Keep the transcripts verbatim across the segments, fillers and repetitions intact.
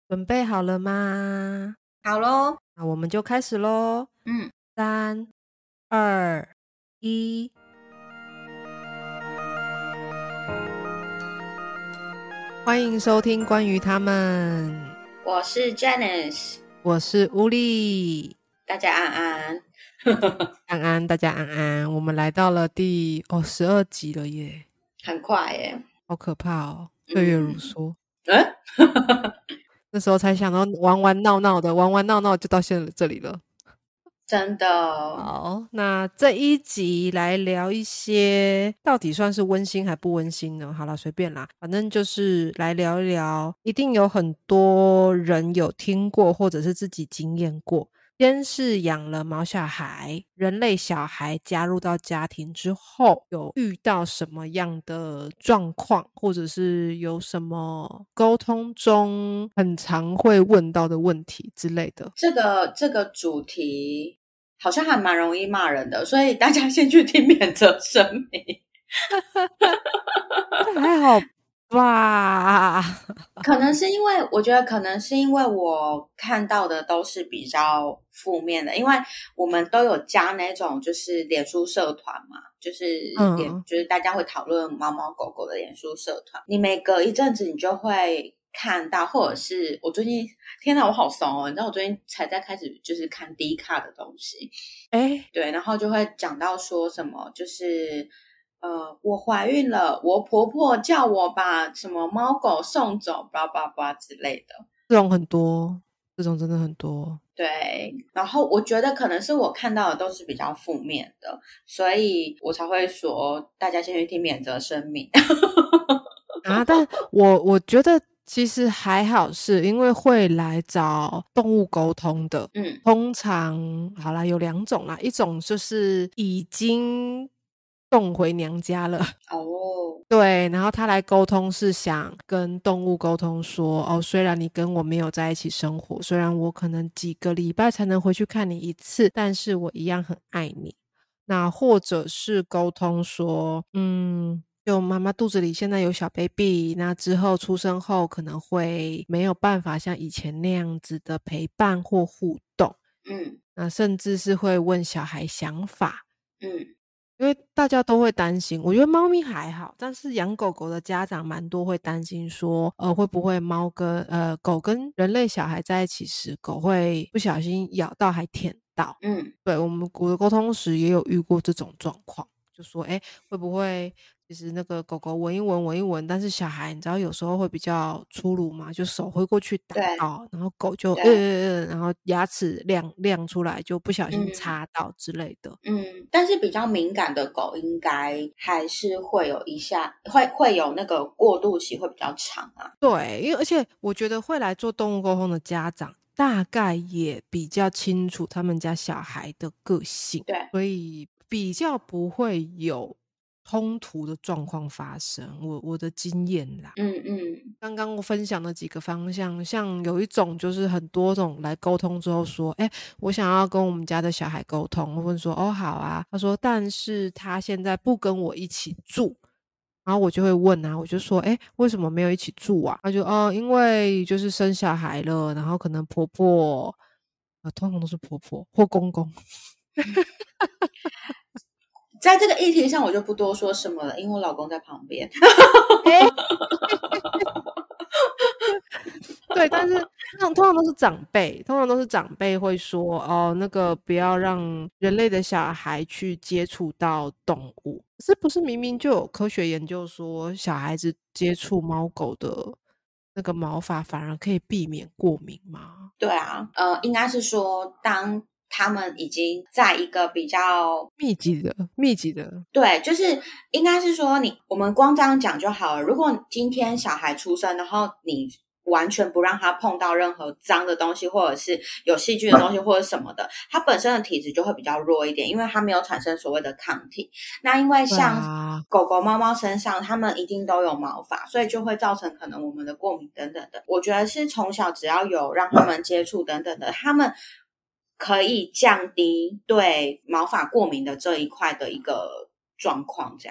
准备好了吗？ 好咯， 那我们就开始咯。 嗯， 三、二、一。欢迎收听关于他们， 我是 Janice， 我是乌力。 大家安安。 安安，大家安安。我们来到了第哦十二集了耶， 很快耶， 好可怕哦，岁月如梭。 嗯， 那时候才想到玩玩闹闹的，玩玩闹闹就到现在这里了。 真的， 好，那这一集来聊一些到底算是温馨还不温馨呢？好啦，随便啦，反正就是来聊一聊，一定有很多人有听过或者是自己经验过。先是养了毛小孩，人类小孩加入到家庭之后，有遇到什么样的状况，或者是有什么沟通中很常会问到的问题之类的。 这个这个主题好像还蛮容易骂人的，所以大家先去听免责声明。 这还好吧？ 可能是因为我觉得可能是因为我看到的都是比较负面的，因为我们都有加那种就是脸书社团嘛，就是脸、 嗯就是大家会讨论猫猫狗狗的脸书社团，你每隔一阵子你就会看到，或者是我最近天哪我好怂哦，你知道我最近才在开始就是看 D 卡的东西， 诶对，然后就会讲到说什么就是呃，我怀孕了，我婆婆叫我把什么猫狗送走，叭叭叭之类的。 这种很多，这种真的很多。 对，然后我觉得可能是我看到的都是比较负面的，所以我才会说大家先去听免责声明。 啊，但我我觉得其实还好，是因为会来找动物沟通的， 嗯， 通常好啦有两种啦，一种就是已经送回娘家了。 哦， 对，然后他来沟通是想跟动物沟通说，哦，虽然你跟我没有在一起生活，虽然我可能几个礼拜才能回去看你一次，但是我一样很爱你。那或者是沟通说，嗯，就妈妈肚子里现在有小 baby，那之后出生后可能会没有办法像以前那样子的陪伴或互动， 嗯那甚至是会问小孩想法。 嗯因为大家都会担心，我觉得猫咪还好，但是养狗狗的家长蛮多会担心说，呃，会不会猫跟呃狗跟人类小孩在一起时，狗会不小心咬到还舔到。 嗯， 对，我们我的沟通时也有遇过这种状况，就说，诶，会不会其实那个狗狗闻一闻闻一闻，但是小孩你知道有时候会比较粗鲁嘛，就手挥过去打对到，然后狗就呃对， 呃呃，然后牙齿亮亮出来，就不小心嗯插到之类的。 嗯，但是比较敏感的狗应该还是会有一下，会会有那个过渡期会比较长啊。 对，因为而且我觉得会来做动物沟通的家长，大概也比较清楚他们家小孩的个性， 对， 所以比较不会有冲突的状况发生。我我的经验啦， 嗯嗯刚刚我分享的几个方向，像有一种就是很多种来沟通之后说，哎，我想要跟我们家的小孩沟通，我问说，哦，好啊，他说，但是他现在不跟我一起住。然后我就会问啊，我就说，哎，为什么没有一起住啊？他就哦，因为就是生小孩了，然后可能婆婆，呃，通常都是婆婆或公公。 在这个议题上，我就不多说什么了，因为我老公在旁边。 哎，对，但是那种通常都是长辈，通常都是长辈会说，哦，那个不要让人类的小孩去接触到动物。是不是明明就有科学研究说，小孩子接触猫狗的那个毛发反而可以避免过敏吗？ 对啊，呃，应该是说，当他们已经在一个比较密集的，密集的， 对，就是应该是说你，我们光这样讲就好了。如果今天小孩出生，然后你完全不让他碰到任何脏的东西，或者是有细菌的东西，或者什么的，他本身的体质就会比较弱一点，因为他没有产生所谓的抗体。那因为对像啊， 狗狗、猫猫身上，它们一定都有毛发，所以就会造成可能我们的过敏等等的。我觉得是从小只要有让他们接触等等的，他们可以降低对毛发过敏的这一块的一个状况，这样子。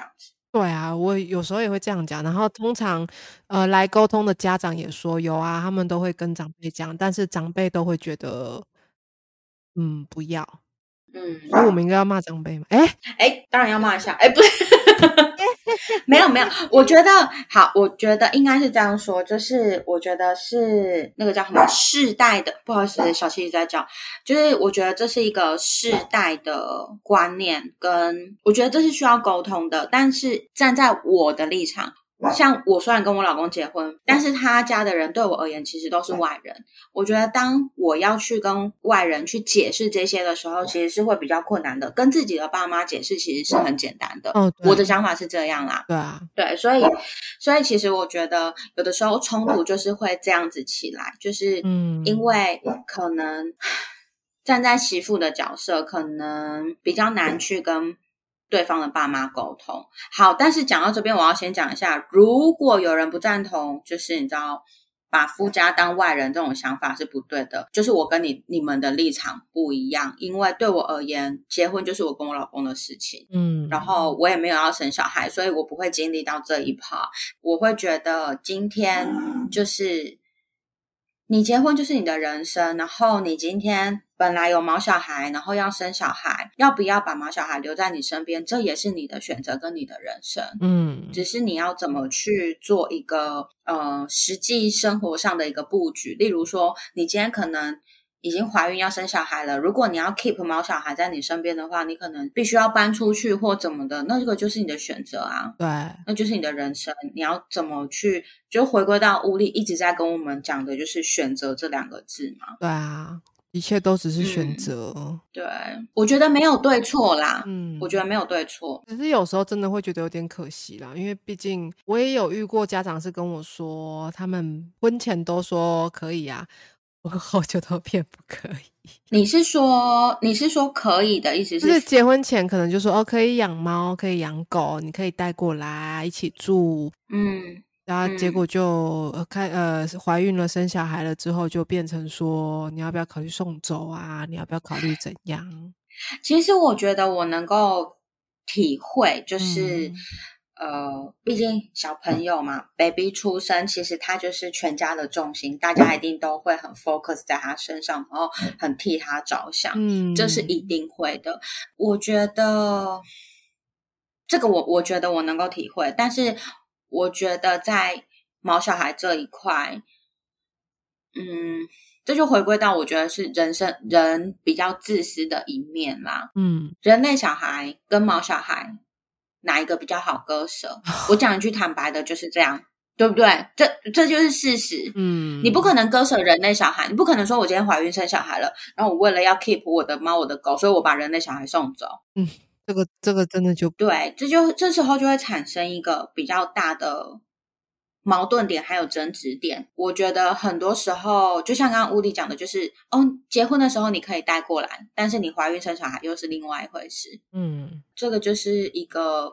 对啊，我有时候也会这样讲，然后通常，呃，来沟通的家长也说有啊，他们都会跟长辈讲，但是长辈都会觉得，嗯，不要。所以我嗯， 们应该要骂长辈吗？诶哎，当然要骂一下，哎，不是。没有没有，我觉得好，我觉得应该是这样说，就是我觉得是那个叫什么世代的，不好意思，小七一直在叫，就是我觉得这是一个世代的观念，跟我觉得这是需要沟通的，但是站在我的立场。像我虽然跟我老公结婚，但是他家的人对我而言其实都是外人。我觉得当我要去跟外人去解释这些的时候，其实是会比较困难的。跟自己的爸妈解释其实是很简单的。 哦，对， 我的想法是这样啦。 对啊， 对，所以所以其实我觉得有的时候冲突就是会这样子起来，就是因嗯， 为可能站在媳妇的角色，可能比较难去跟对方的爸妈沟通。好，但是讲到这边，我要先讲一下，如果有人不赞同，就是你知道把夫家当外人这种想法是不对的，就是我跟你你们的立场不一样，因为对我而言，结婚就是我跟我老公的事情。然嗯， 后我也没有要生小孩，所以我不会经历到这一趴。我会觉得今天就是你结婚就是你的人生，然后你今天本来有毛小孩，然后要生小孩，要不要把毛小孩留在你身边，这也是你的选择跟你的人生。 嗯， 只是你要怎么去做一个呃实际生活上的一个布局，例如说，你今天可能已经怀孕要生小孩了，如果你要 keep 毛小孩在你身边的话，你可能必须要搬出去或怎么的，那这个就是你的选择啊。 对， 那就是你的人生，你要怎么去，就回归到物力一直在跟我们讲的，就是选择这两个字嘛。 对啊，一切都只是选嗯， 择。 对，我觉得没有对错啦，我觉嗯， 得没有对错。 只是有时候真的会觉得有点可惜啦，因为毕竟我也有遇过家长是跟我说，他们婚前都说可以啊，婚后就都变不可以。 你是说你是说可以的意思是， 就是结婚前可能就说哦，可以养猫，可以养狗，你可以带过来一起住， 嗯然后结嗯， 果就呃开呃怀孕了，生小孩了之后，就变成说你要不要考虑送走啊？你要不要考虑怎样？ 其实我觉得我能够体会，就是嗯呃，毕竟小朋友嘛，baby 出生，其实他就是全家的重心，大家一定都会很 focus 在他身上，然后很替他着想，这是一嗯定会的。我觉得这个我我觉得我能够体会，但是我觉得在毛小孩这一块，嗯，这就回归到我觉得是人生人比较自私的一面啦。 嗯， 人类小孩跟毛小孩哪一个比较好割舍？我讲一句坦白的，就是这样，对不对？这这就是事实。你不嗯可能割舍人类小孩，你不可能说我今天怀孕生小孩了，然后我为了要 keep 我的猫我的狗，所以我把人类小孩送走。 嗯，这个这个真的就对，这就这时候就会产生一个比较大的矛盾点，还有争执点。我觉得很多时候，就像刚刚乌迪讲的，就是哦，结婚的时候你可以带过来，但是你怀孕生小孩又是另外一回事。 嗯这个就是一个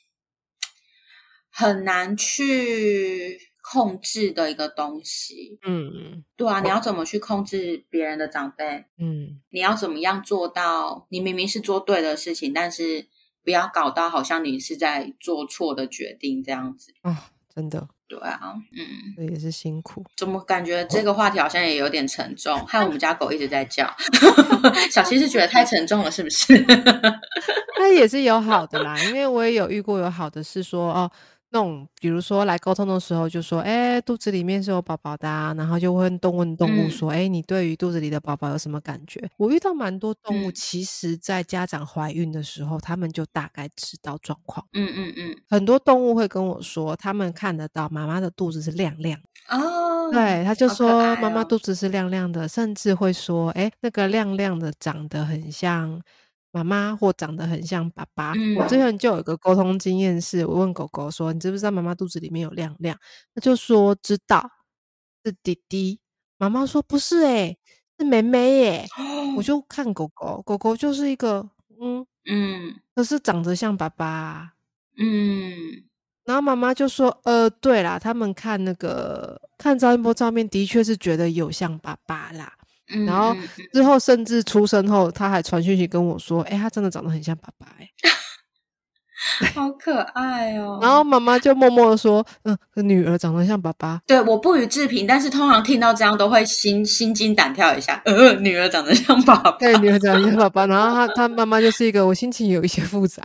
很难去控制的一个东西。 嗯对啊，你要怎么去控制别人的长辈？ 嗯， 你要怎么样做到？你明明是做对的事情，但是不要搞到好像你是在做错的决定这样子。 哦，真的， 对啊，嗯， 这也是辛苦。 怎么感觉这个话题好像也有点沉重？害我们家狗一直在叫，小七是觉得太沉重了，是不是？ 它也是有好的啦，因为我也有遇过有好的是说哦，那种比如说来沟通的时候就说，哎，肚子里面是有宝宝的啊，然后就问动问动物嗯说，哎，你对于肚子里的宝宝有什么感觉？我遇到蛮多动物， 嗯其实在家长怀孕的时候，他们就大概知道状况。 嗯嗯嗯， 很多动物会跟我说，他们看得到妈妈的肚子是亮亮的。 哦， 对，他就好可说妈爱哦。 妈肚子是亮亮的，甚至会说，哎，那个亮亮的长得很像妈妈，或长得很像爸爸。我之嗯前就有一个沟通经验是，我问狗狗说：“你知不知道妈妈肚子里面有亮亮？”它就说：“知道，是弟弟。”妈妈说：“不是诶，是妹妹耶。”我就看狗狗，狗狗就是一个嗯， 嗯可是长得像爸爸啊。 嗯然后妈妈就说：“呃，对啦，他们看那个看超音波照片，的确是觉得有像爸爸啦。”然后嗯嗯之后甚至出生后，他还传讯息跟我说：“哎，他真的长得很像爸爸。”哎， 好可爱哦。 然后妈妈就默默的说，嗯，女儿长得像爸爸。 对，我不予置评，但是通常听到这样都会心心惊胆跳一下。呃，女儿长得像爸爸。 对，女儿长得像爸爸，然后她她妈妈就是一个我心情有一些复杂。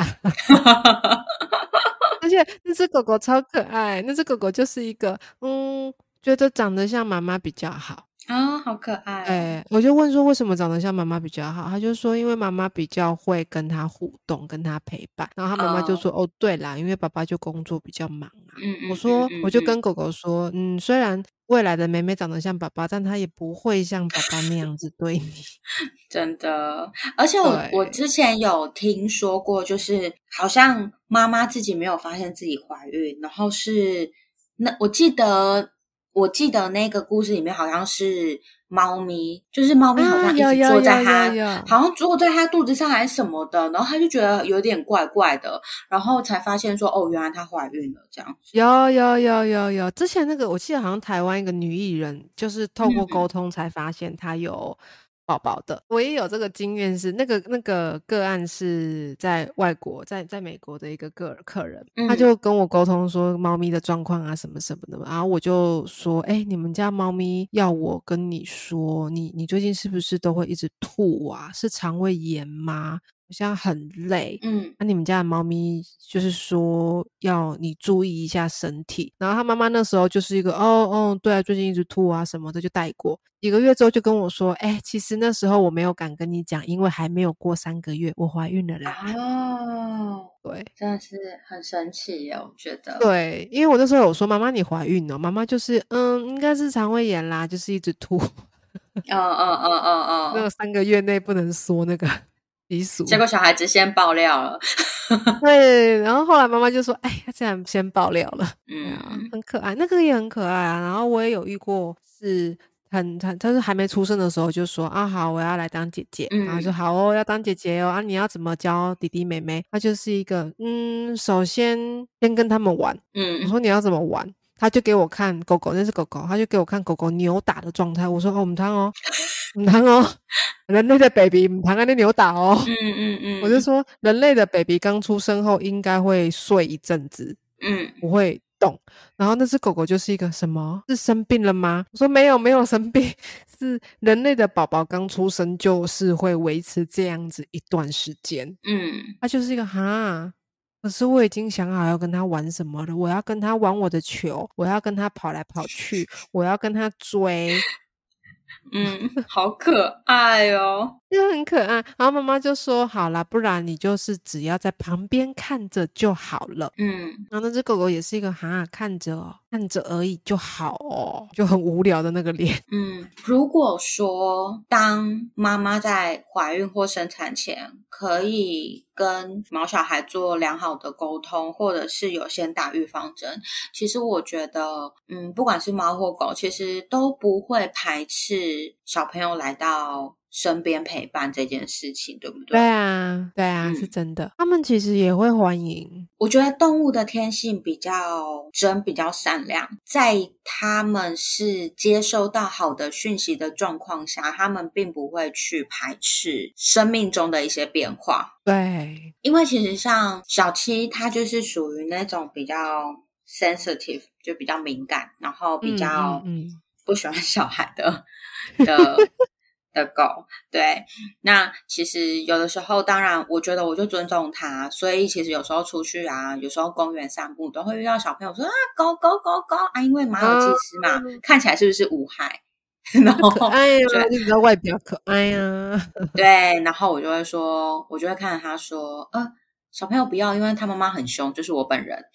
而且那只狗狗超可爱，那只狗狗就是一个嗯，觉得长得像妈妈比较好。 啊、好可爱哦。 哎，我就问说为什么长得像妈妈比较好，他就说因为妈妈比较会跟他互动，跟他陪伴。然后他妈妈就哦， 说哦，对啦，因为爸爸就工作比较忙啊。 嗯嗯嗯我说我嗯嗯， 就跟狗狗说，嗯，虽然未来的妹妹长得像爸爸，但她也不会像爸爸那样子对你。 真的。而且我我对， 之前有听说过，就是好像妈妈自己没有发现自己怀孕，然后是那我记得我记得那个故事里面好像是猫咪，就是猫咪好啊， 像一直有有有有坐在它， 有。 好像坐在它肚子上还是什么的，然后它就觉得有点怪怪的，然后才发现说哦，原来她怀孕了这样子。 有有有有有，之前那个我记得好像台湾一个女艺人，就是透过沟嗯通才发现她有宝宝的。我也有这个经验是，那个那个个案是在外国，在在美国的一个个客人，他嗯， 就跟我沟通说猫咪的状况啊什么什么的嘛，然后我就说，哎、你们家猫咪要我跟你说，你你最近是不是都会一直吐啊？是肠胃炎吗？好像很累。 嗯， 那、你们家的猫咪就是说要你注意一下身体，然后他妈妈那时候就是一个哦哦，对啊，最近一直吐啊什么的就带过。几个月之后就跟我说，哎、其实那时候我没有敢跟你讲，因为还没有过三个月，我怀孕了啦。 哦， 对真的是很神奇耶，我觉得。 对，因为我那时候有说妈妈你怀孕了，妈妈就是嗯，应该是肠胃炎啦，就是一直吐。 嗯嗯嗯嗯嗯， 那个三个月内不能说那个习俗。 结果小孩子先爆料了。 对，然后后来妈妈就说：“哎，他竟然先爆料了。”对啊， 嗯很可爱，那个也很可爱啊。然后我也有遇过是很很他是还没出生的时候就说：“啊，好，我要来当姐姐。”然后说： 嗯 “好哦，要当姐姐哦，啊，你要怎么教弟弟妹妹？”他就是一个嗯，首先先跟他们玩。我嗯， 说：“你要怎么玩？”他就给我看狗狗，那是狗狗，他就给我看狗狗扭打的状态。我说：“哦，唔通哦，唔通哦，人类的 baby 唔通安尼扭打哦。” 嗯嗯嗯我就说人类的 baby 刚出生后应该会睡一阵子， 嗯不会动。然后那只狗狗就是一个什么？是生病了吗？我说没有，没有生病，是人类的宝宝刚出生就是会维持这样子一段时间。 嗯它就是一个哈，可是我已经想好要跟他玩什么了，我要跟他玩我的球，我要跟他跑来跑去，我要跟他追。 嗯，好可爱哦。 就很可爱。然后妈妈就说：“好啦，不然你就是只要在旁边看着就好了。” 嗯然后那只狗狗也是一个哈，看着哦，看着而已就好哦，就很无聊的那个脸。 嗯，如果说当妈妈在怀孕或生产前，可以跟毛小孩做良好的沟通，或者是有先打预防针，其实我觉得，嗯，不管是猫或狗，其实都不会排斥小朋友来到身边陪伴这件事情，对不对？ 对啊，对啊，是嗯。 真的。他们其实也会欢迎。 我觉得动物的天性比较真，比较善良，在他们是接收到好的讯息的状况下，他们并不会去排斥生命中的一些变化。 对， 因为其实像小七，它就是属于那种比较 sensitive，就比较敏感，然后比嗯嗯较嗯。 不喜欢小孩的的的狗。对，那其实有的时候，当然我觉得我就尊重它，所以其实有时候出去啊，有时候公园散步都会遇到小朋友说啊狗狗狗狗啊，因为马尔济啊， 斯嘛，看起来是不是无害？然后就可爱啊， 就就比较外表可爱啊。 对，然后我就会说，我就会看着他说，呃，小朋友不要，因为他妈妈很凶，就是我本人。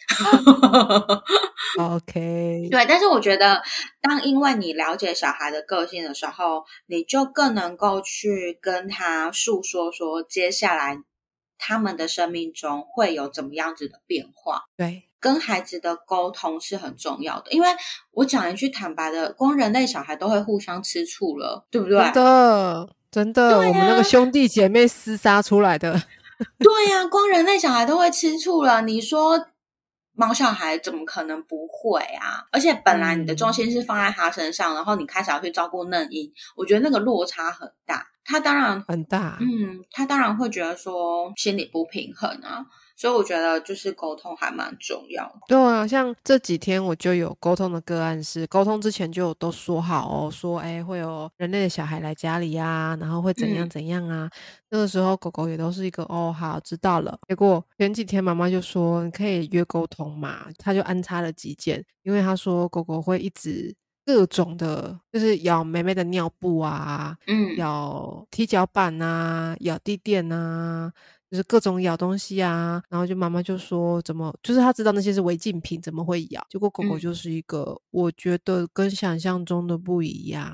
OK。 对，但是我觉得，当因为你了解小孩的个性的时候，你就更能够去跟他诉说说，接下来他们的生命中会有怎么样子的变化。 对， 跟孩子的沟通是很重要的，因为我讲一句坦白的，光人类小孩都会互相吃醋了，对不对？ 真的真的，我们那个对呀、 兄弟姐妹厮杀出来的。 对呀、光人类小孩都会吃醋了，你说毛小孩怎么可能不会啊？而且本来你的重嗯， 心是放在他身上，然后你开始要去照顾嫩婴，我觉得那个落差很大。他当然， 很大。 嗯，他当然会觉得说心里不平衡啊。 所以我觉得就是沟通还蛮重要的。 对啊，像这几天我就有沟通的个案是，沟通之前就有都说好哦，说哎会有人类的小孩来家里啊，然后会怎样怎样啊。嗯、那个时候狗狗也都是一个哦好知道了。结果前几天妈妈就说你可以约沟通嘛，他就安插了几件，因为他说狗狗会一直各种的，就是咬妹妹的尿布啊， 嗯， 咬踢脚板啊，咬地垫啊。就是各种咬东西啊，然后就妈妈就说怎么，就是她知道那些是违禁品，怎么会咬？结果狗狗就是一个，嗯、我觉得跟想象中的不一样。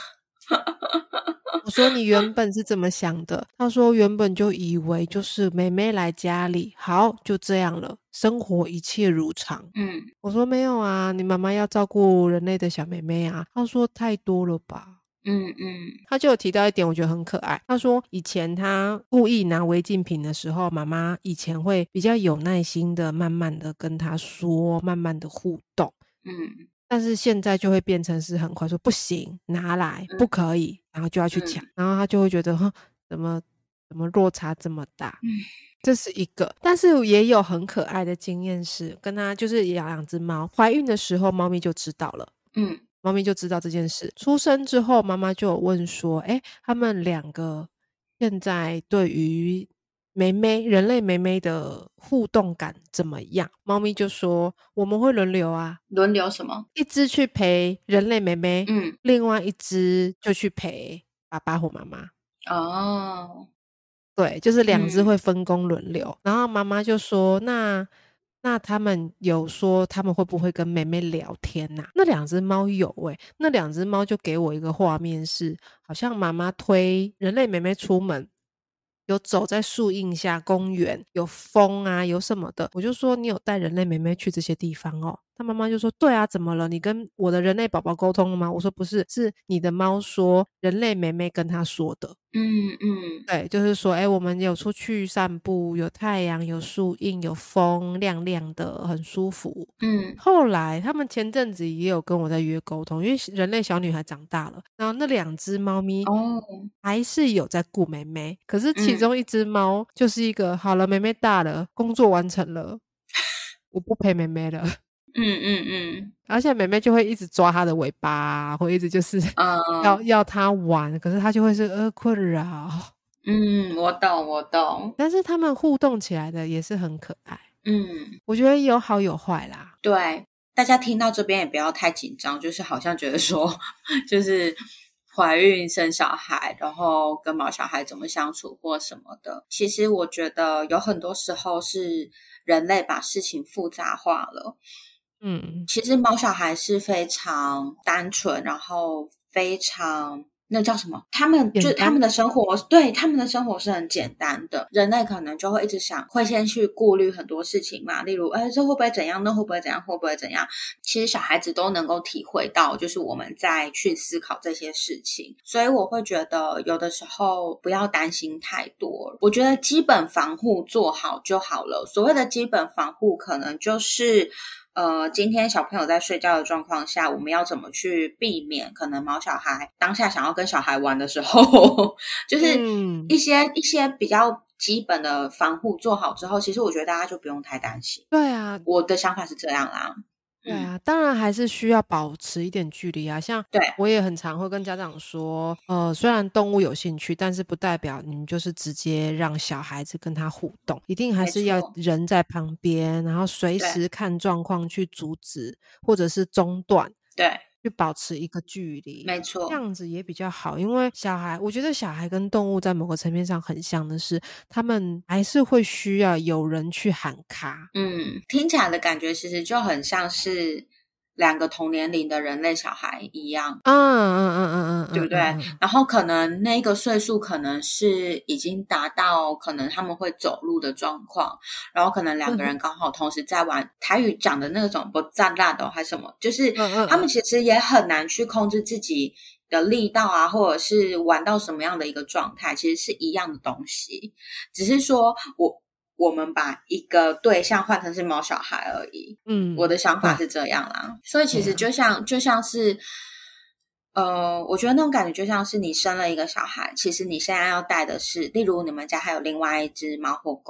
我说你原本是怎么想的？他说原本就以为就是妹妹来家里，好就这样了，生活一切如常。 嗯， 我说没有啊，你妈妈要照顾人类的小妹妹啊。他说太多了吧。 嗯嗯， 他就有提到一点我觉得很可爱，他说以前他故意拿违禁品的时候，妈妈以前会比较有耐心的慢慢的跟他说，慢慢的互动， 嗯， 但是现在就会变成是很快说不行拿来不可以，然后就要去抢， 嗯、 然后他就会觉得哼怎么怎么落差这么大， 嗯， 这是一个。但是也有很可爱的经验是跟他就是养两只猫，怀孕的时候猫咪就知道了， 嗯， 猫咪就知道这件事。出生之后，妈妈就有问说：“哎、欸，他们两个现在对于妹妹人类妹妹的互动感怎么样？”猫咪就说：“我们会轮流啊， 轮流什么？ 一只去陪人类妹妹， 嗯， 另外一只就去陪爸爸或妈妈。” 哦， 对，就是两只嗯， 会分工轮流。然后妈妈就说：“那。”那他们有说他们会不会跟妹妹聊天呐、啊？那两只猫有诶、欸，那两只猫就给我一个画面是，好像妈妈推人类妹妹出门，有走在树荫下公园，有风啊，有什么的。我就说你有带人类妹妹去这些地方哦。他妈妈就说对啊，怎么了？你跟我的人类宝宝沟通了吗？我说不是，是你的猫说人类妹妹跟他说的。 嗯嗯， 对，就是说，哎，我们有出去散步，有太阳，有树荫，有风，亮亮的，很舒服。 嗯， 后来他们前阵子也有跟我在约沟通，因为人类小女孩长大了，然后那两只猫咪哦， 还是有在顾妹妹，可是其嗯， 中一只猫就是一个好了，妹妹大了，工作完成了，我不陪妹妹了。 嗯嗯嗯， 而且妹妹就会一直抓她的尾巴啊，会一直就是要嗯， 要她玩，可是她就会是呃困扰。 嗯，我懂，我懂， 但是他们互动起来的也是很可爱， 嗯， 我觉得有好有坏啦。 对，大家听到这边也不要太紧张，就是好像觉得说，就是怀孕生小孩，然后跟毛小孩怎么相处或什么的。其实我觉得有很多时候是人类把事情复杂化了。 嗯， 其实毛小孩是非常单纯，然后非常那叫什么？他们就他们的生活，对他们的生活是很简单的。人类可能就会一直想，会先去顾虑很多事情嘛，例如，哎，这会不会怎样？那会不会怎样？会不会怎样？其实小孩子都能够体会到，就是我们在去思考这些事情。所以我会觉得，有的时候不要担心太多。我觉得基本防护做好就好了。所谓的基本防护，可能就是呃，今天小朋友在睡觉的状况下，我们要怎么去避免可能毛小孩当下想要跟小孩玩的时候，就是一些、嗯、一些比较基本的防护做好之后，其实我觉得大家就不用太担心。 对啊， 我的想法是这样啦。 对啊，嗯、当然还是需要保持一点距离啊。像对我也很常会跟家长说，呃，虽然动物有兴趣，但是不代表你们就是直接让小孩子跟他互动，一定还是要人在旁边，然后随时看状况去阻止或者是中断。 对。 去保持一个距离， 没错， 这样子也比较好。因为小孩，我觉得小孩跟动物在某个层面上很像的是，他们还是会需要有人去喊卡。 嗯，听起来的感觉其实就很像是两个同年龄的人类小孩一样。 嗯嗯嗯嗯嗯， 对不对？嗯嗯、然后可能那个岁数可能是已经达到可能他们会走路的状况，然后可能两个人刚好同时在玩台语讲的那种不炸辣的还是什么，就是他们其实也很难去控制自己的力道啊，或者是玩到什么样的一个状态，其实是一样的东西，只是说我我们把一个对象换成是毛小孩而已。嗯，我的想法是这样啦，所以其实就像就像是。呃，我觉得那种感觉就像是你生了一个小孩，其实你现在要带的是，例如你们家还有另外一只猫或狗，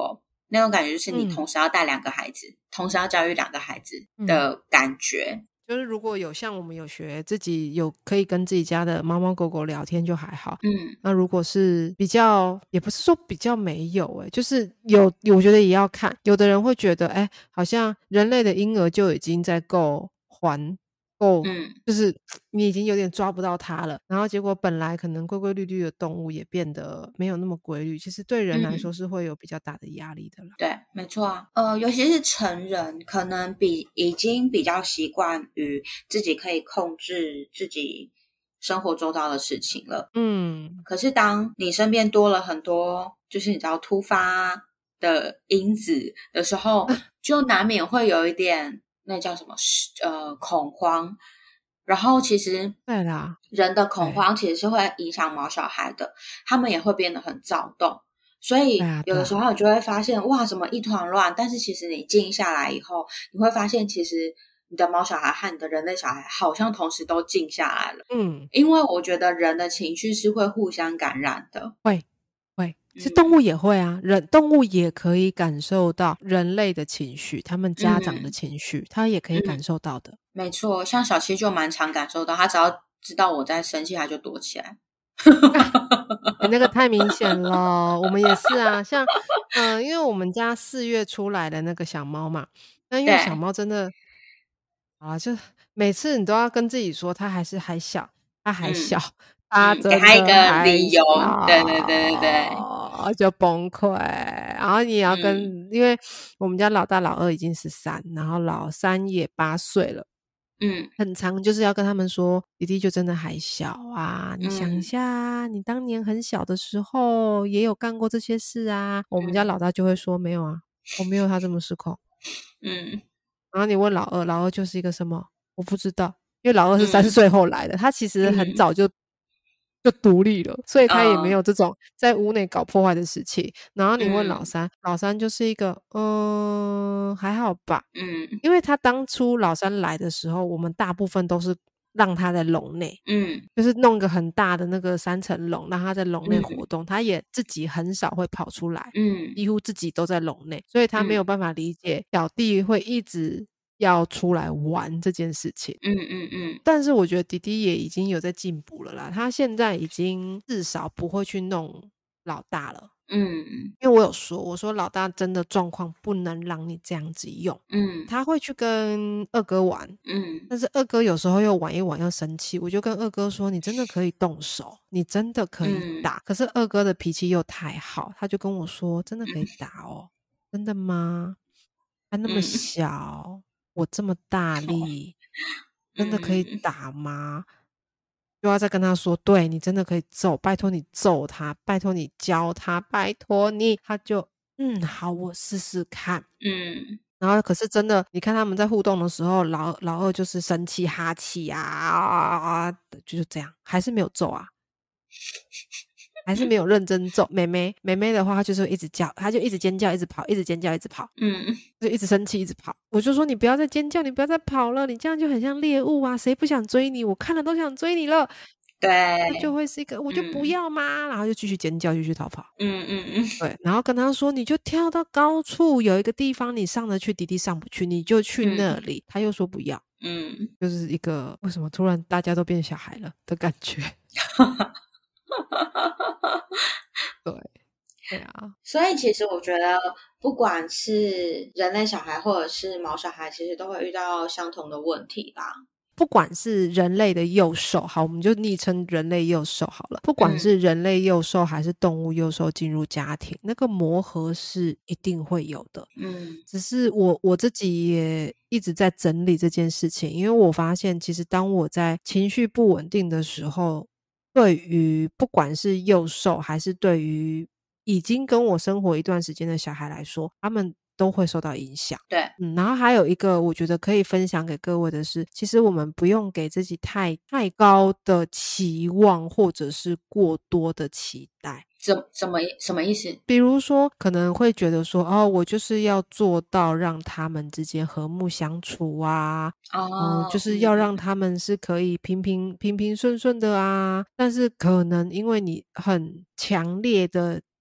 那种感觉就是你嗯同时要带两个孩子，同时要教育两个孩子嗯， 的感觉。 就是如果有像我们有学自己有可以跟自己家的猫猫狗狗聊天就还好， 嗯那如果是比较也不是说比较没有欸，就是有我觉得也要看，有的人会觉得哎，好像人类的婴儿就已经在够还够嗯就是你已经有点抓不到它了，然后结果本来可能规规律律的动物也变得没有那么规律，其实对人来说嗯， 是会有比较大的压力的啦。 对，没错啊。呃，尤其是成人，可能比已经比较习惯于自己可以控制自己生活周遭的事情了。 嗯， 可是当你身边多了很多，就是你知道突发的因子的时候，就难免会有一点那叫什么呃恐慌。然后其实对啦， 人的恐对， 慌其实是会影响毛小孩的，他们也会变得很躁动。所对以有的时啊对啊， 候你就会发现哇，怎么一团乱？但是其实你静下来以后，你会发现其实你的毛小孩和你的人类小孩好像同时都静下来了。 嗯， 因为我觉得人的情绪是会互相感染的。 会。会，其实动嗯物也会啊，人动物也可以感受到人类的情绪，他们家长的嗯情绪，它也可以感嗯， 受到的。 没错，像小七就蛮常感受到，他只要知道我在生气，他就躲起来。 哎，那个太明显了，我们也是啊，像呃，因为我们家四月出来的那个小猫嘛，那因为小对， 猫真的啊，就每次你都要跟自己说它还是还小，它还小， 嗯它嗯，给真他一个的还理由。对对对对对， 小，就崩溃。然后你也要嗯跟因为我们家老大老二已经十三，然后老三也八岁了。 嗯很常就是要跟他们说，弟弟就真的还小啊，你想一嗯下啊，你当年很小的时候也有干过这些事啊。我们家嗯老大就会说没有啊，我没有他这么失控。 嗯然后你问老二，老二就是一个什么？我不知道，因为老二是三嗯岁后来的，他其实很嗯， 早就就独立了，所以他也没呃有这种在屋内搞破坏的事情。然后你问老嗯三，老三就是一个，嗯，还好吧。 嗯因为他当初老三来的时候，我们大部分都是让他在笼内， 嗯就是弄一个很大的那个三层笼，让他在笼内活嗯动。他也自己很少会跑出来， 嗯几乎自己都在笼内，所以他没有嗯办法理解小弟会一直要出来玩这件事情。 嗯嗯嗯但是我觉得弟弟也已经有在进步了啦，他现在已经至少不会去弄老大了。 嗯因为我有说，我说老大真的状况不能让你这样子用， 嗯他会去跟二哥玩， 嗯但是二哥有时候又玩一玩又生气，我就跟二哥说：“你真的可以动手，你真的可以嗯打。”可是二哥的脾气又太好，他就跟我说：“真的可以嗯打哦，真的吗？他那么嗯小，我这么大力，真的可以嗯打吗？”就要再跟他说：“对，你真的可以揍，拜托你揍他，拜托你教他，拜托你。”他就嗯，好，我试试看。 嗯然后可是真的，你看他们在互动的时候，老老二就是生气哈气啊啊啊，就是这样，还是没有揍啊，还是没有认真揍。妹妹妹妹的话，她就是会一直叫，她就一直尖叫，一直跑，一直尖叫，一直跑， 嗯就一直生气，一直跑。我就说你不要再尖叫，你不要再跑了，你这样就很像猎物啊，谁不想追你？我看了都想追你了。那就对， 会是一个我就不嗯要嘛，然后就继续尖叫，继续逃跑。 嗯嗯嗯对，然后跟他说，你就跳到高处，有一个地方你上得去，弟弟上不去，你就去那嗯里。他又说不要， 嗯， 就是一个为什么突然大家都变小孩了的感觉。对，对啊， 所以其实我觉得，不管是人类小孩或者是毛小孩，其实都会遇到相同的问题啦。 不管是人类的幼兽，好，我们就昵称人类幼兽好了。不管嗯是人类幼兽还是动物幼兽进入家庭，那个磨合是一定会有的。 嗯只是我我自己也一直在整理这件事情，因为我发现，其实当我在情绪不稳定的时候，对于不管是幼兽还是对于已经跟我生活一段时间的小孩来说，他们都会受到影响。 对， 嗯，然后还有一个我觉得可以分享给各位的是，其实我们不用给自己太太高的期望，或者是过多的期待。 怎怎么什么意思？ 比如说，可能会觉得说，哦，我就是要做到让他们之间和睦相处啊，嗯，就哦， 是要让嗯他们是可以平平平平顺顺的啊。但是可能因为你很强烈的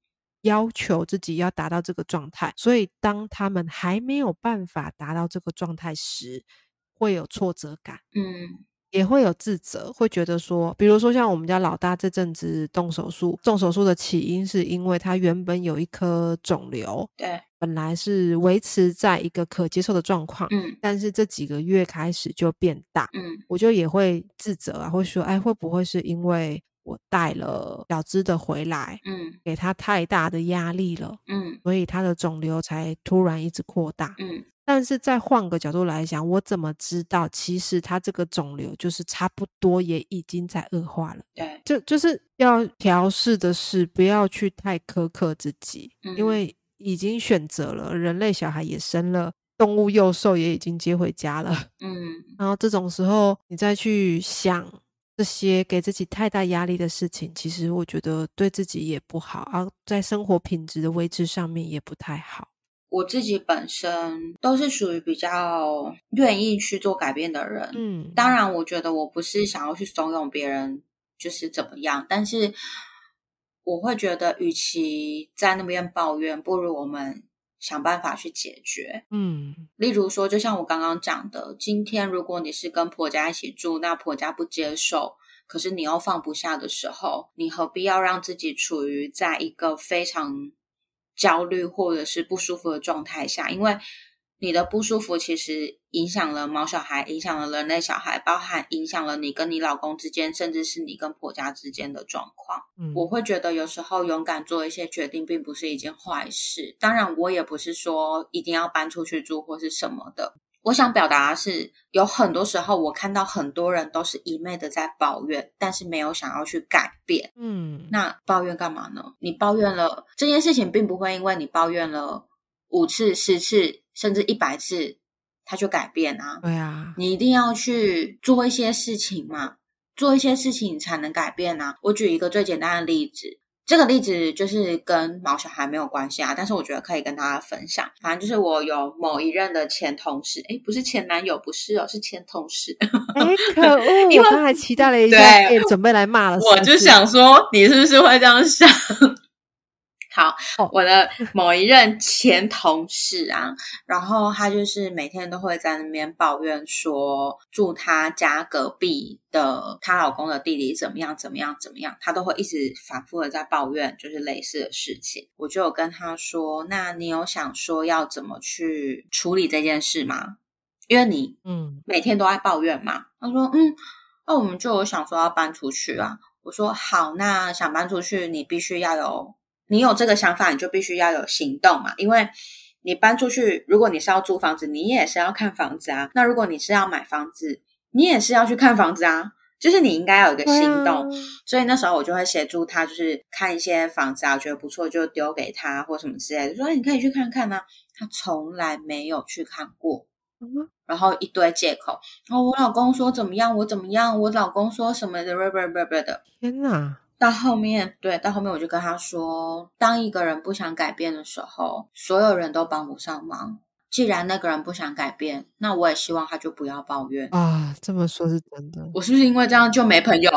要求自己要达到这个状态，所以当他们还没有办法达到这个状态时，会有挫折感。 嗯也会有自责，会觉得说比如说像我们家老大这阵子动手术，动手术的起因是因为他原本有一颗肿瘤， 对， 本来是维持在一个可接受的状况， 嗯但是这几个月开始就变大， 嗯我就也会自责啊，会说哎，会不会是因为我带了小只的回来， 嗯给他太大的压力了， 嗯所以他的肿瘤才突然一直扩大。 嗯但是再换个角度来讲，我怎么知道其实他这个肿瘤就是差不多也已经在恶化了。 对， 就就是要调试的是不要去太苛刻自己，因嗯为已经选择了，人类小孩也生了，动物幼兽也已经接回家了。 嗯然后这种时候你再去想这些给自己太大压力的事情，其实我觉得对自己也不好，而在生活品质的维持上面也不太好。 我自己本身都是属于比较愿意去做改变的人， 嗯， 当然我觉得我不是想要去怂恿别人就是怎么样，但是我会觉得与其在那边抱怨，不如我们想办法去解决。 嗯， 例如说就像我刚刚讲的，今天如果你是跟婆家一起住，那婆家不接受，可是你又放不下的时候，你何必要让自己处于在一个非常焦虑或者是不舒服的状态下，因为你的不舒服其实影响了毛小孩，影响了人类小孩，包含影响了你跟你老公之间，甚至是你跟婆家之间的状况。 嗯我会觉得有时候勇敢做一些决定并不是一件坏事，当然我也不是说一定要搬出去住或是什么的。我想表达的是，有很多时候我看到很多人都是一昧的在抱怨，但是没有想要去改变。 嗯， 那抱怨干嘛呢？你抱怨了这件事情，并不会因为你抱怨了五次、十次，甚至一百次，它就改变啊。 对啊， 你一定要去做一些事情嘛，做一些事情你才能改变啊。我举一个最简单的例子，这个例子就是跟毛小孩没有关系啊，但是我觉得可以跟大家分享。反正就是我有某一任的前同事，诶，不是前男友，不是哦，是前同事。 哎，可恶！ 因为我刚才期待了一下， 对也准备来骂了是不是， 我就想说，你是不是会这样想？好， 哦我的某一任前同事啊，然后他就是每天都会在那边抱怨说，住他家隔壁的她老公的弟弟怎么样怎么样怎么样，他都会一直反复的在抱怨，就是类似的事情。我就有跟他说，那你有想说要怎么去处理这件事吗？因为你嗯每天都在抱怨嘛。他说嗯，那我们就有想说要搬出去啊。我说好，那想搬出去你必须要有你有这个想法，你就必须要有行动嘛，因为你搬出去，如果你是要租房子，你也是要看房子啊，那如果你是要买房子，你也是要去看房子啊，就是你应该要有一个行动、 啊、 所以那时候我就会协助他，就是看一些房子啊，觉得不错就丢给他或什么之类的，说你可以去看看啊，他从来没有去看过、嗯、然后一堆借口，哦，我老公说怎么样我怎么样，我老公说什么的的， 天哪！ 到后面，对，到后面我就跟他说，当一个人不想改变的时候，所有人都帮不上忙。既然那个人不想改变，那我也希望他就不要抱怨啊。这么说是真的， 我是不是因为这样就没朋友？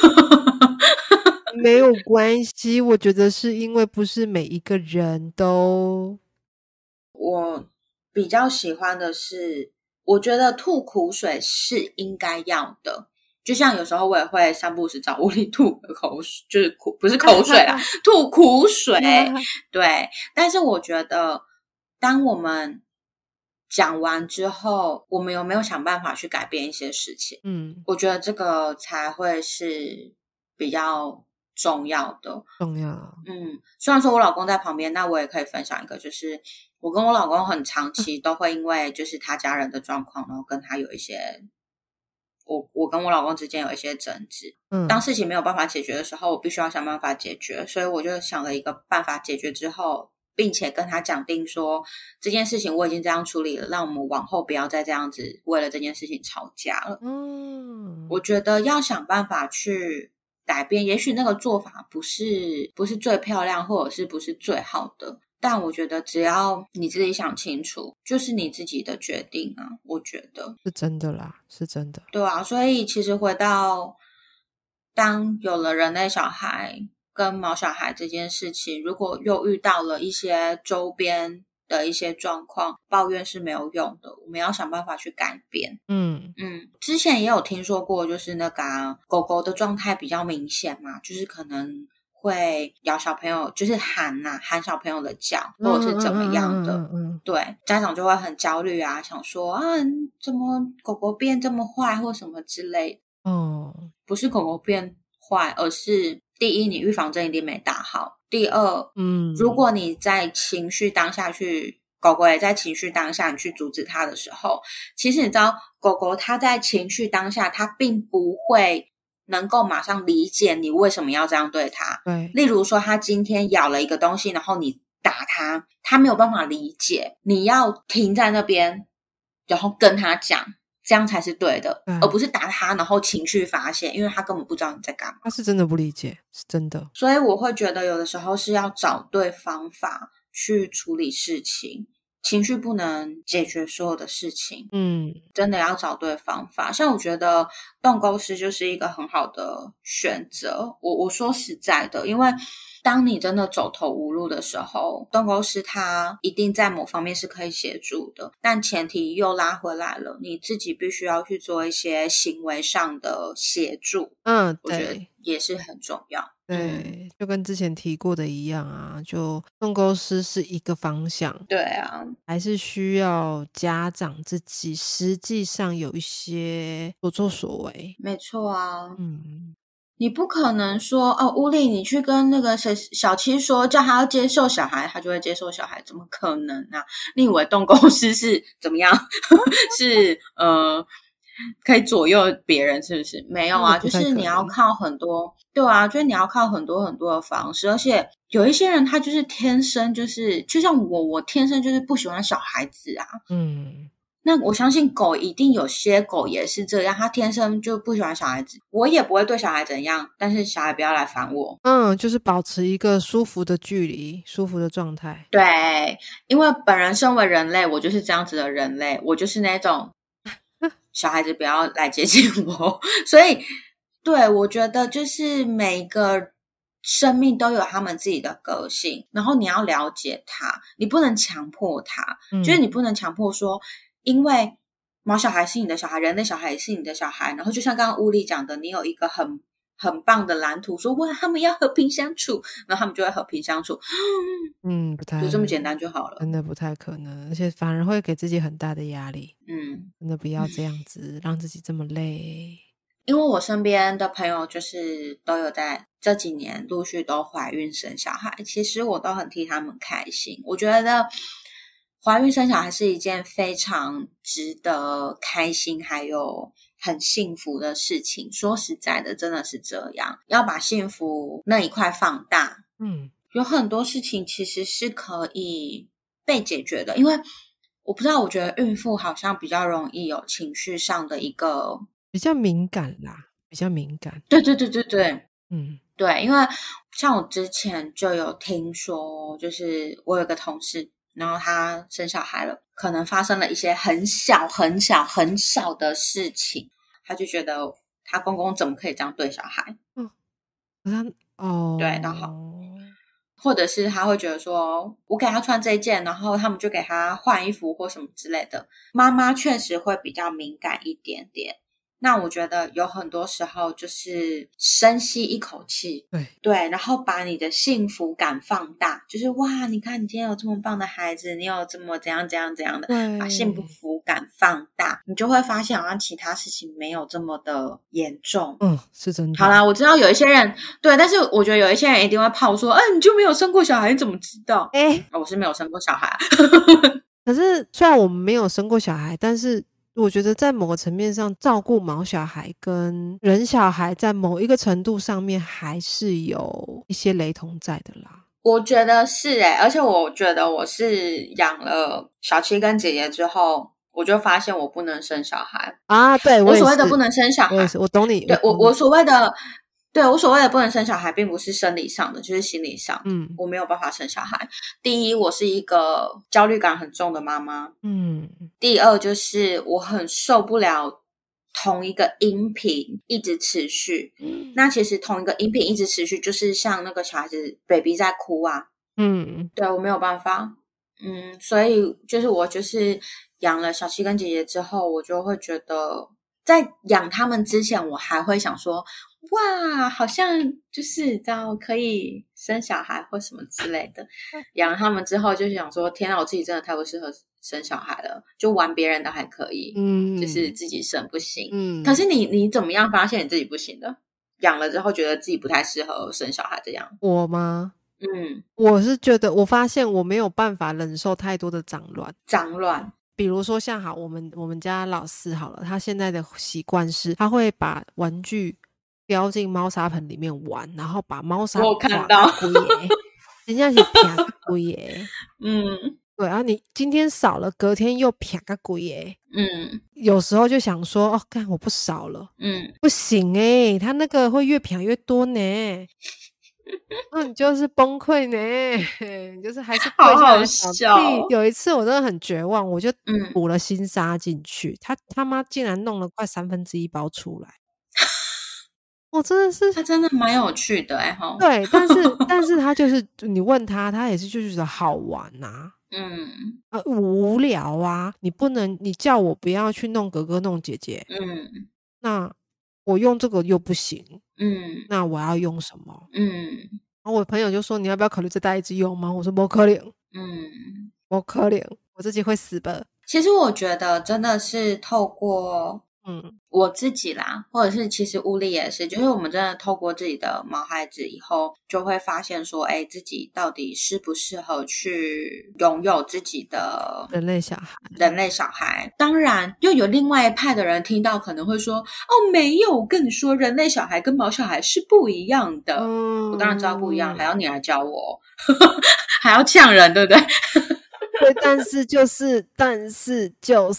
没有关系，我觉得是因为不是每一个人都。 我比较喜欢的是，我觉得吐苦水是应该要的。就像有时候我也会三不五时找屋里吐口水，就是苦不是口水啦，吐苦水。对，但是我觉得当我们讲完之后，我们有没有想办法去改变一些事情？嗯，我觉得这个才会是比较重要的。 重要。 嗯，虽然说我老公在旁边，那我也可以分享一个，就是我跟我老公很长期都会因为就是他家人的状况，然后跟他有一些。我我跟我老公之间有一些争执，嗯，当事情没有办法解决的时候，我必须要想办法解决，所以我就想了一个办法解决之后，并且跟他讲定说这件事情我已经这样处理了，让我们往后不要再这样子为了这件事情吵架了。嗯，我觉得要想办法去改变，也许那个做法不是不是最漂亮，或者是不是最好的，但我觉得只要你自己想清楚，就是你自己的决定啊，我觉得是真的啦，是真的。 对啊，所以其实回到当有了人类小孩， 跟毛小孩这件事情，如果又遇到了一些周边的一些状况，抱怨是没有用的，我们要想办法去改变。 嗯嗯，之前也有听说过，就是那个、啊、狗狗的状态比较明显嘛，就是可能会咬小朋友，就是喊呐、啊，喊小朋友的脚，或者是怎么样的。 嗯嗯嗯嗯嗯对，家长就会很焦虑啊，想说啊，怎么狗狗变这么坏或什么之类的。 哦， 不是狗狗变坏，而是第一，你预防针一定没打好；第二， 嗯， 如果你在情绪当下去，狗狗也在情绪当下，你去阻止它的时候，其实你知道，狗狗它在情绪当下，它并不会能够马上理解你为什么要这样对它。 对， 例如说，它今天咬了一个东西，然后你打它，它没有办法理解，你要停在那边，然后跟它讲。这样才是对的， 对而不是打他然后情绪发泄，因为他根本不知道你在干嘛。 他是真的不理解，是真的。 所以我会觉得有的时候是要找对方法去处理事情，情绪不能解决所有的事情， 嗯， 真的要找对方法。像我觉得动沟师就是一个很好的选择。我我说实在的，因为当你真的走投无路的时候，动沟师他一定在某方面是可以协助的，但前提又拉回来了，你自己必须要去做一些行为上的协助。 嗯， 我觉得对也是很重要。 对、 嗯， 就跟之前提过的一样啊，就动沟师是一个方向， 对啊， 还是需要家长自己实际上有一些所作所为。 没错啊。 嗯， 你不可能说哦，乌力，你去跟那个谁小七说，叫他要接受小孩，他就会接受小孩，怎么可能啊？你以为动公司是怎么样？是呃，可以左右别人，是不是？没有啊，就是你要靠很多，对啊，就是你要靠很多很多的方式，而且有一些人他就是天生就是，就像我，我天生就是不喜欢小孩子啊， 嗯。 那我相信狗一定有些狗也是这样，它天生就不喜欢小孩子，我也不会对小孩怎样，但是小孩不要来烦我。 嗯，就是保持一个舒服的距离，舒服的状态。 对，因为本人身为人类，我就是这样子的人类，我就是那种小孩子不要来接近我，所以对，我觉得就是每个生命都有他们自己的个性，然后你要了解他，你不能强迫他， 嗯就是你不能强迫说，因为毛小孩是你的小孩，人类小孩也是你的小孩，然后就像刚刚乌力讲的，你有一个很很棒的蓝图，说哇，他们要和平相处，然后他们就会和平相处， 嗯，不太就这么简单就好了。 真的不太可能，而且反而会给自己很大的压力。 嗯， 真的不要这样子，让自己这么累。 因为我身边的朋友就是都有在这几年陆续都怀孕生小孩，其实我都很替他们开心。我觉得怀孕生小孩是一件非常值得开心还有很幸福的事情。说实在的，真的是这样，要把幸福那一块放大。 嗯， 有很多事情其实是可以被解决的，因为我不知道，我觉得孕妇好像比较容易有情绪上的一个比较敏感啦，比较敏感。 对对对对对， 嗯对，因为像我之前就有听说，就是我有个同事，然后她生小孩了，可能发生了一些很小很小很小的事情，她就觉得她公公怎么可以这样对小孩？ 嗯，可是他哦， 对，然后或者是他会觉得说，我给他穿这一件，然后他们就给他换衣服或什么之类的。妈妈确实会比较敏感一点点。那我觉得有很多时候就是深吸一口气， 对对，然后把你的幸福感放大，就是哇，你看你今天有这么棒的孩子，你有这么怎样怎样怎样的，把幸福感放大，你就会发现好像其他事情没有这么的严重。 嗯，是真的。 好啦，我知道有一些人对，但是我觉得有一些人一定会泡说，哎，你就没有生过小孩，你怎么知道？ 哎、 哦，我是没有生过小孩啊。 可是虽然我们没有生过小孩，但是我觉得在某个层面上，照顾毛小孩跟人小孩在某一个程度上面还是有一些雷同在的啦。 我觉得是诶、欸、而且我觉得我是养了小七跟姐姐之后，我就发现我不能生小孩啊。对，我我所谓的不能生小孩， 我也是，我懂你。 对我我所谓的。对，我所谓的不能生小孩并不是生理上的，就是心理上的。 嗯， 我没有办法生小孩。第一，我是一个焦虑感很重的妈妈。 嗯， 第二，就是我很受不了同一个音频一直持续，嗯，那其实同一个音频一直持续，就是像那个小孩子 baby 在哭啊，嗯，对，我没有办法，嗯，所以就是我就是养了小七跟姐姐之后，我就会觉得在养他们之前，我还会想说，哇，好像就是知道可以生小孩或什么之类的。养了他们之后，就想说，天啊，我自己真的太不适合生小孩了，就玩别人的还可以，嗯，就是自己生不行。嗯，可是你你怎么样发现你自己不行的？养了之后觉得自己不太适合生小孩这样？ 我吗？嗯，我是觉得我发现我没有办法忍受太多的脏乱。 脏乱。 比如说像好我们我们家老四好了，他现在的习惯是他会把玩具丢进猫砂盆里面玩，然后把猫砂我看到人家是啪个鬼耶，嗯，对啊，你今天扫了，隔天又啪个鬼耶，嗯，有时候就想说，哦，干我不扫了，嗯，不行诶、欸、他那个会越啪越多呢。那你就是崩溃呢，你就是还是跪下来扫地。 好好笑。 有一次我真的很绝望，我就补了新沙进去，嗯，他他妈竟然弄了快三分之一包出来。我真的是， 他真的蛮有趣的哎，欸，齁。 对，但是但是他就是你问他，他也是就觉得好玩啊，嗯，呃无聊啊，你不能你叫我不要去弄哥哥弄姐姐，嗯，那我用这个又不行，嗯，那我要用什么？嗯，然后我朋友就说你要不要考虑再带一支用吗？我说不可能，嗯，不可能，我自己会死的。 其实我觉得真的是透过嗯，我自己啦，或者是其实乌力也是，就是我们真的透过自己的毛孩子以后，就会发现说，哎，自己到底适不适合去拥有自己的人类小孩？ 人类小孩，当然又有另外一派的人听到可能会说，哦，没有，我跟你说，人类小孩跟毛小孩是不一样的。嗯，我当然知道不一样，还要你来教我，还要呛人，对不对？ 对，但是就是，但是就是，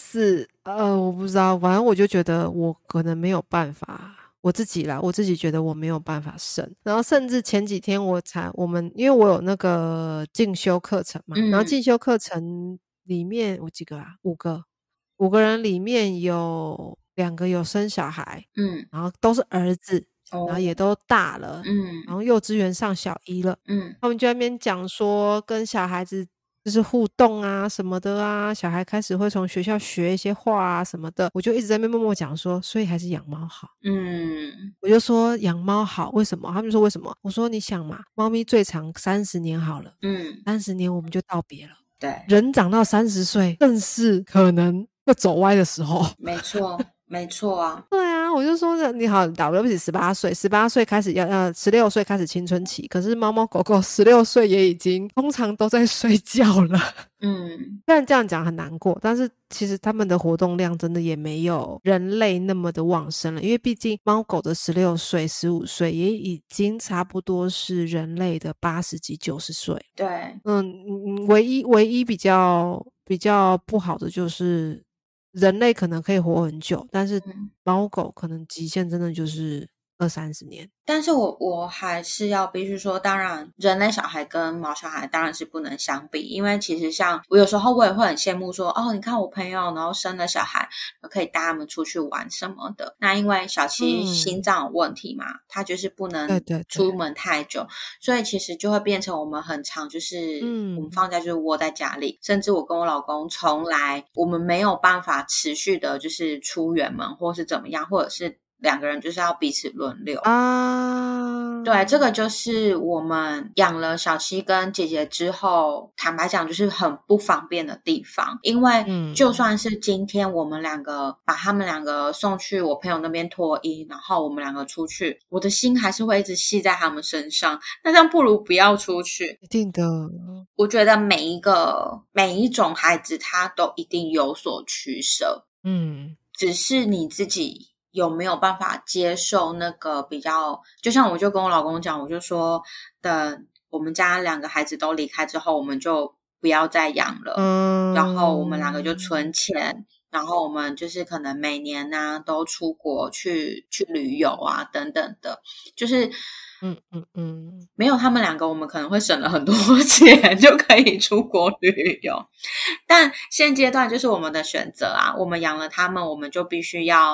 呃，我不知道，反正我就觉得我可能没有办法，我自己啦，我自己觉得我没有办法生。然后甚至前几天我才，我们因为我有那个进修课程嘛，嗯，然后进修课程里面我几个啊，五个，五个人里面有两个有生小孩，嗯，然后都是儿子。然后也都大了，嗯，然后幼稚园上小一了，嗯，他们就在那边讲说跟小孩子就是互动啊什么的啊，小孩开始会从学校学一些话啊什么的，我就一直在那边默默讲说，所以还是养猫好，嗯，我就说养猫好，为什么？他们说为什么？我说你想嘛，猫咪最长三十年好了，嗯，三十年我们就道别了， 对， 人长到三十岁更是可能会走歪的时候， 没错。没错啊， 对啊，我就说你好，了不起十八岁，十八岁开始要呃十六岁开始青春期，可是猫猫狗狗十六岁也已经通常都在睡觉了。嗯，虽然这样讲很难过，但是其实他们的活动量真的也没有人类那么的旺盛了，因为毕竟猫狗的十六岁、十五岁也已经差不多是人类的八十几、九十岁。 对， 嗯，唯一唯一比较比较不好的就是。人类可能可以活很久，但是猫狗可能极限真的就是二三十年。 但是我我还是要必须说，当然人类小孩跟毛小孩当然是不能相比，因为其实像我有时候我也会很羡慕说，哦，你看我朋友然后生了小孩，可以带他们出去玩什么的。那因为小七心脏有问题嘛，他、嗯、就是不能出门太久，对对对，所以其实就会变成我们很常就是我们放假就是窝在家里，嗯、甚至我跟我老公从来我们没有办法持续的就是出远门或是怎么样，或者是两个人就是要彼此轮流啊，对，这个就是我们养了小七跟姐姐之后，坦白讲就是很不方便的地方，因为就算是今天我们两个把他们两个送去我朋友那边托婴，然后我们两个出去，我的心还是会一直系在他们身上，那这样不如不要出去。 一定的， 我觉得每一个每一种孩子他都一定有所取舍，嗯，只是你自己有没有办法接受那个比较，就像我就跟我老公讲，我就说等我们家两个孩子都离开之后，我们就不要再养了，嗯，然后我们两个就存钱，然后我们就是可能每年啊都出国去去旅游啊等等的，就是嗯嗯嗯，没有他们两个，我们可能会省了很多钱，就可以出国旅游。但现阶段就是我们的选择啊，我们养了他们，我们就必须要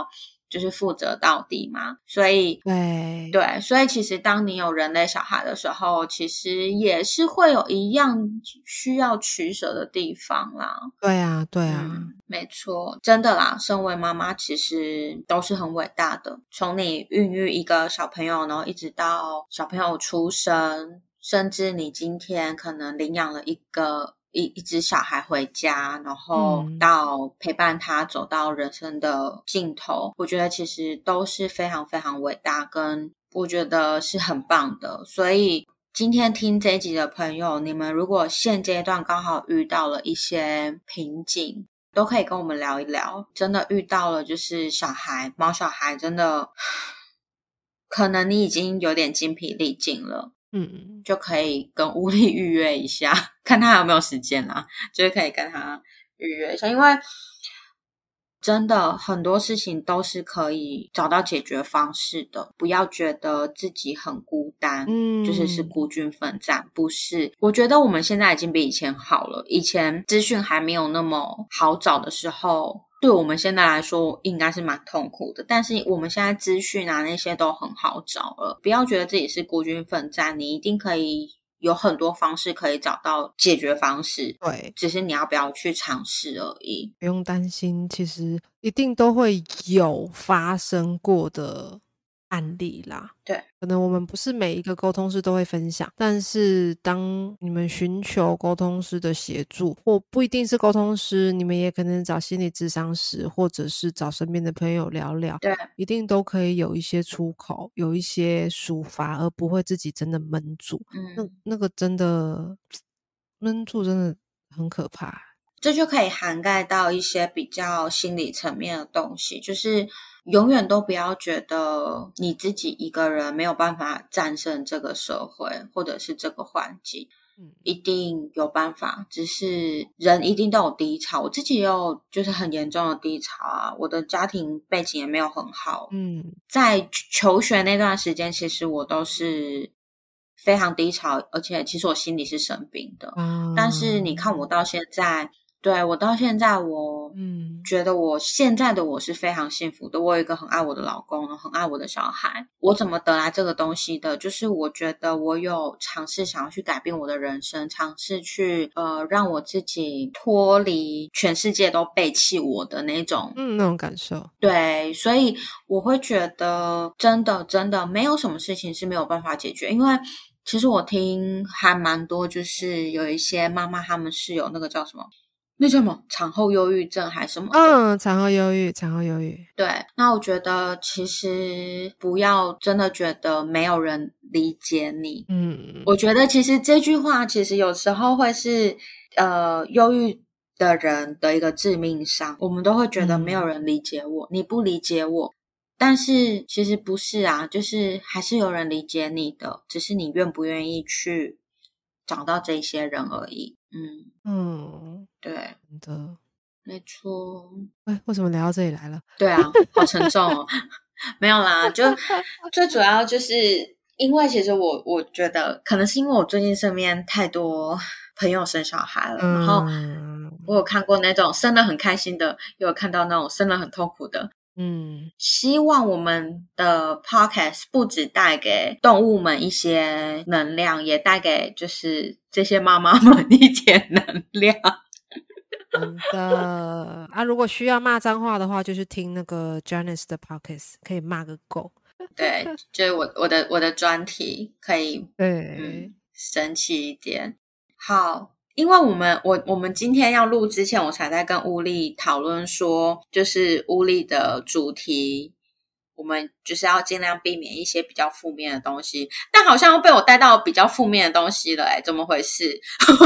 就是负责到底嘛，所以对对，所以其实当你有人类小孩的时候，其实也是会有一样需要取舍的地方啦。 对啊对啊、 嗯，没错，真的啦，身为妈妈其实都是很伟大的，从你孕育一个小朋友，然后一直到小朋友出生，甚至你今天可能领养了一个一一只小孩回家，然后嗯到陪伴他走到人生的尽头，我觉得其实都是非常非常伟大，跟我觉得是很棒的。所以今天听这一集的朋友，你们如果现阶段刚好遇到了一些瓶颈，都可以跟我们聊一聊。真的遇到了就是小孩毛小孩，真的可能你已经有点精疲力尽了， 嗯， 就可以跟乌力预约一下，看他有没有时间啦，就是可以跟他预约一下，因为真的很多事情都是可以找到解决方式的，不要觉得自己很孤单， 嗯就是是孤军奋战，不是。我觉得我们现在已经比以前好了，以前资讯还没有那么好找的时候，对我们现在来说应该是蛮痛苦的，但是我们现在资讯啊那些都很好找了，不要觉得自己是孤军奋战，你一定可以有很多方式可以找到解决方式， 对， 只是你要不要去尝试而已。 不用担心，其实一定都会有发生过的案例啦。 对， 可能我们不是每一个沟通师都会分享，但是当你们寻求沟通师的协助，或不一定是沟通师，你们也可能找心理咨商师，或者是找身边的朋友聊聊， 对， 一定都可以有一些出口，有一些抒发，而不会自己真的闷住。那嗯， 那个真的闷住真的很可怕。 这就可以涵盖到一些比较心理层面的东西，就是永远都不要觉得你自己一个人没有办法战胜这个社会或者是这个环境， 嗯一定有办法，只是人一定都有低潮，我自己也有就是很严重的低潮啊，我的家庭背景也没有很好， 嗯在求学那段时间，其实我都是非常低潮，而且其实我心里是生病的， 啊， 但是你看我到现在，对，我到现在我嗯觉得我现在的我是非常幸福的，我有一个很爱我的老公，很爱我的小孩。我怎么得来这个东西的？就是我觉得我有尝试想要去改变我的人生，尝试去呃让我自己脱离全世界都背弃我的那种嗯，那种感受。 对，所以我会觉得真的真的没有什么事情是没有办法解决，因为其实我听还蛮多，就是有一些妈妈她们是有那个叫什么，那叫什么产后忧郁症还是什么的。 嗯，产后忧郁，产后忧郁。 对，那我觉得其实不要真的觉得没有人理解你。 嗯， 我觉得其实这句话其实有时候会是呃忧郁的人的一个致命伤，我们都会觉得没有人理解我，你不理解我，但是其实不是啊，就是还是有人理解你的，只是你愿不愿意去找到这些人而已。嗯， 嗯， 对， 真的。 没错。 哎，为什么聊到这里来了？ 对啊，好沉重哦。没有啦，就最主要就是因为其实我我觉得可能是因为我最近身边太多朋友生小孩了，然后嗯我有看过那种生得很开心的，也有看到那种生得很痛苦的。 嗯， 希望我们的 podcast 不只带给动物们一些能量，也带给就是这些妈妈们一点能量。 真的啊！如果需要骂脏话的话，就去听那个 Janice 的 podcast，可以骂个够。 对，就是我我的我的专题可以对， 嗯生气一点。好，因为我们我我们今天要录之前，我才在跟乌力讨论说，就是乌力的主题，我们就是要尽量避免一些比较负面的东西，但好像又被我带到比较负面的东西了，哎，怎么回事？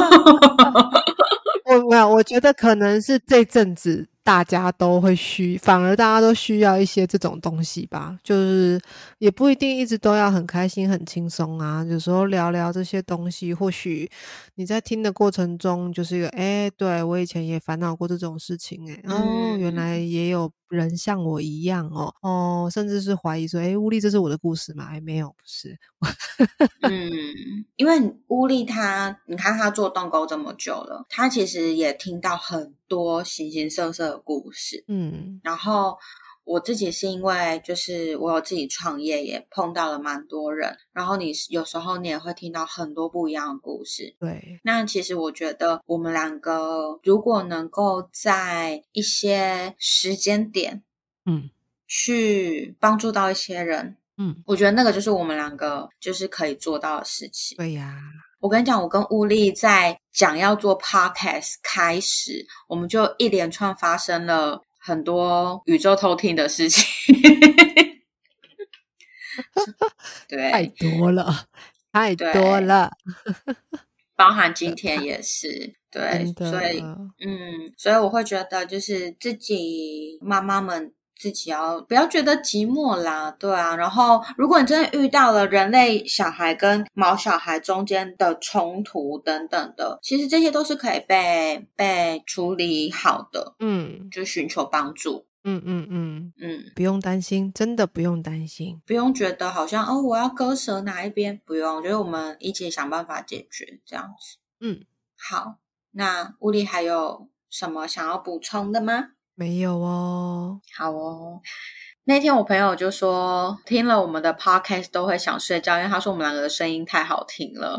我没有，我觉得可能是这阵子大家都会需，反而大家都需要一些这种东西吧。就是也不一定一直都要很开心、很轻松啊。有时候聊聊这些东西，或许你在听的过程中，就是一个，哎，对，我以前也烦恼过这种事情，哎，哦，原来也有人像我一样哦，哦，甚至是怀疑说，哎，乌力，这是我的故事吗？哎，没有，不是。 嗯，因为乌力他，你看他做动沟这么久了，他其实也听到很多形形色色的故事。 嗯， 然后我自己是因为就是我有自己创业，也碰到了蛮多人，然后你有时候你也会听到很多不一样的故事。 对， 那其实我觉得我们两个如果能够在一些时间点嗯去帮助到一些人， 嗯， 我觉得那个就是我们两个就是可以做到的事情。 对呀， 我跟你讲，我跟乌力在讲要做 podcast 开始，我们就一连串发生了很多宇宙偷听的事情。对， 太多了，太对多了， 包含今天也是。对， 真的， 所以嗯，所以我会觉得就是自己妈妈们自己要不要觉得寂寞啦，对啊。然后如果你真的遇到了人类小孩跟毛小孩中间的冲突等等的，其实这些都是可以被被处理好的， 嗯就寻求帮助。 嗯嗯嗯嗯， 不用担心，真的不用担心， 不用觉得好像哦我要割舍哪一边，不用，就是我们一起想办法解决这样子。 嗯， 好，那乌力还有什么想要补充的吗？ 没有哦。 好哦，那天我朋友就说听了我们的 podcast 都会想睡觉，因为他说我们两个的声音太好听了。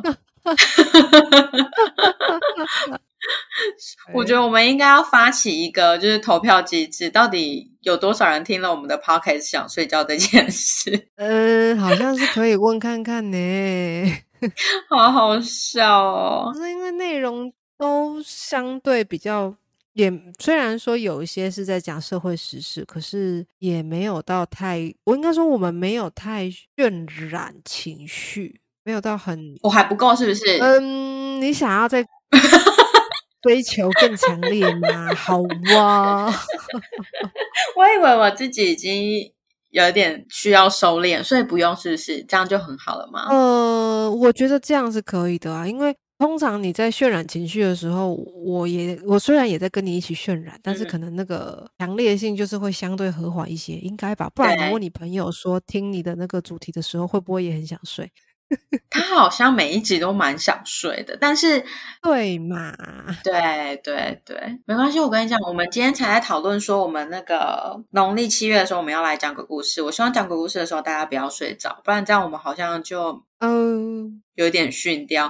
我觉得我们应该要发起一个就是投票机制，到底有多少人听了我们的 podcast 想睡觉这件事。 嗯，好像是可以问看看呢。 好好笑哦。 可是因为内容都相对比较，也虽然说有一些是在讲社会时事，可是也没有到太，我应该说我们没有太渲染情绪，没有到很， 我还不够是不是？ 嗯，你想要再追求更强烈吗？好啊。 我以为我自己已经有点需要收敛，所以不用是不是？这样就很好了吗？ 呃，我觉得这样是可以的啊，因为通常你在渲染情绪的时候，我也我虽然也在跟你一起渲染，但是可能那个强烈性就是会相对和缓一些，应该吧？不然你问你朋友说听你的那个主题的时候，会不会也很想睡？ 他好像每一集都蛮想睡的，但是对嘛？ 对对对，没关系。我跟你讲，我们今天才在讨论说，我们那个农历七月的时候，我们要来讲鬼故事。我希望讲鬼故事的时候，大家不要睡着，不然这样我们好像就嗯有点逊掉。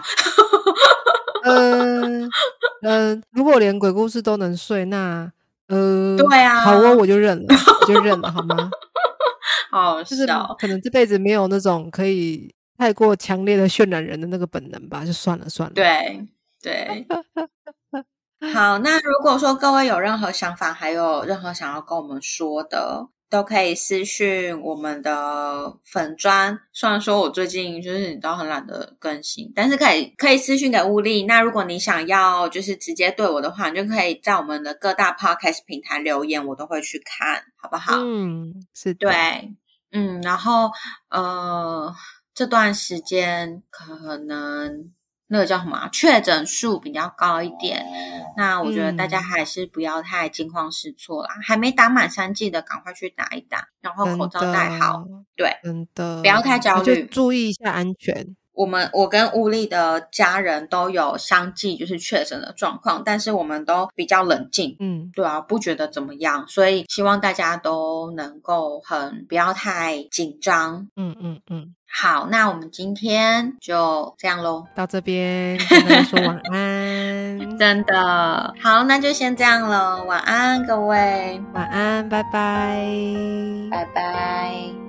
嗯嗯，如果连鬼故事都能睡，那呃， 对啊， 好哦，我就认了，我就认了，好吗？ 好好就是笑， 可能这辈子没有那种可以太过强烈的渲染人的那个本能吧，就算了算了。 对对。好，那如果说各位有任何想法，还有任何想要跟我们说的，都可以私讯我们的粉专。虽然说我最近就是你知道很懒得更新，但是可以可以私讯给乌力。那如果你想要就是直接对我的话，你就可以在我们的各大 podcast 平台留言，我都会去看，好不好？ 嗯，是的。 对，嗯，然后呃，这段时间可能那个叫什么啊，确诊数比较高一点，那我觉得大家还是不要太惊慌失措啦，还没打满三剂的赶快去打一打，然后口罩戴好，对， 真的不要太焦虑， 就注意一下安全。 我们我跟乌力的家人都有相继就是确诊的状况，但是我们都比较冷静， 嗯， 对啊，不觉得怎么样，所以希望大家都能够很不要太紧张。 嗯嗯嗯， 好，那我们今天就这样咯， 到这边跟大家说晚安。 真的好，那就先这样了，晚安各位， 晚安，拜拜， 拜拜。